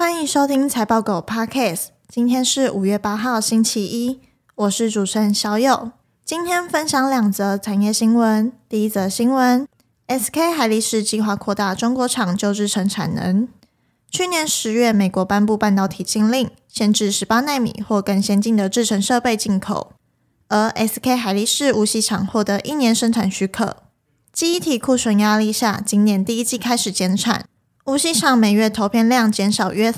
欢迎收听财报狗 Podcast， 今天是5月8号星期一，我是主持人小友。今天分享2则产业新闻。第一则新闻 ，SK 海力士计划扩大中国厂旧制程产能。去年10月，美国颁布半导体禁令，限制18奈米或更先进的制程设备进口，而 SK 海力士无锡厂获得1年生产许可。记忆体库存压力下，今年第一季开始减产，无锡厂每月投片量减少约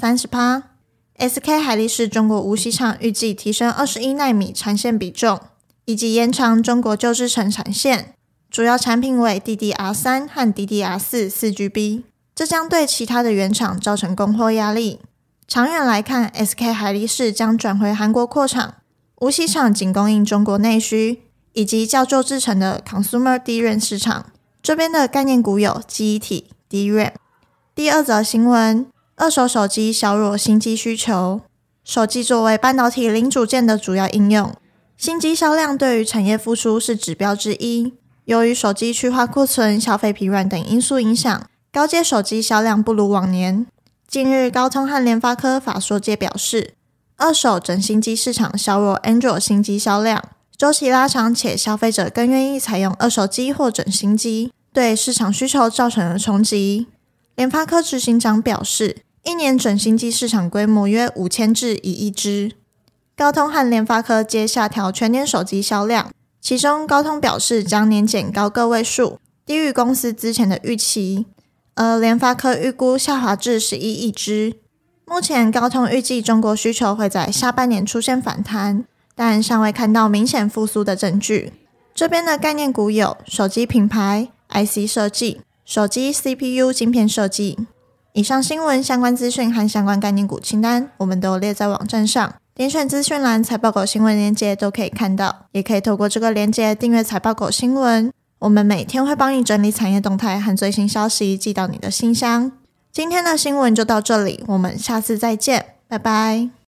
30%。SK 海力士中国无锡厂预计提升21奈米产线比重，以及延长中国旧制程产线，主要产品为 DDR3 和 DDR4 4GB， 这将对其他的原厂造成供货压力。长远来看， SK 海力士将转回韩国扩厂，无锡厂仅供应中国内需以及较旧制程的 Consumer DRAM 市场。这边的概念股有记忆体、DRAM。第二则新闻，二手手机削弱新机需求。手机作为半导体零组件的主要应用，新机销量对于产业复苏是指标之一。由于手机去化库存、消费疲软等因素影响，高阶手机销量不如往年。近日，高通和联发科法说界表示，二手整新机市场削弱 Android 新机销量，周期拉长且消费者更愿意采用二手机或整新机，对市场需求造成了冲击。联发科执行长表示，1年整新机市场规模约5000至1亿只。高通和联发科皆下调全年手机销量，其中高通表示将年减高个位数，低于公司之前的预期，而联发科预估下滑至11亿只。目前高通预计中国需求会在下半年出现反弹，但尚未看到明显复苏的证据。这边的概念股有手机品牌、IC 设计、手机 CPU 晶片设计。以上新闻相关资讯和相关概念股清单，我们都有列在网站上，点选资讯栏财报狗新闻连结都可以看到，也可以透过这个连结订阅财报狗新闻。我们每天会帮你整理产业动态和最新消息寄到你的信箱。今天的新闻就到这里，我们下次再见，拜拜。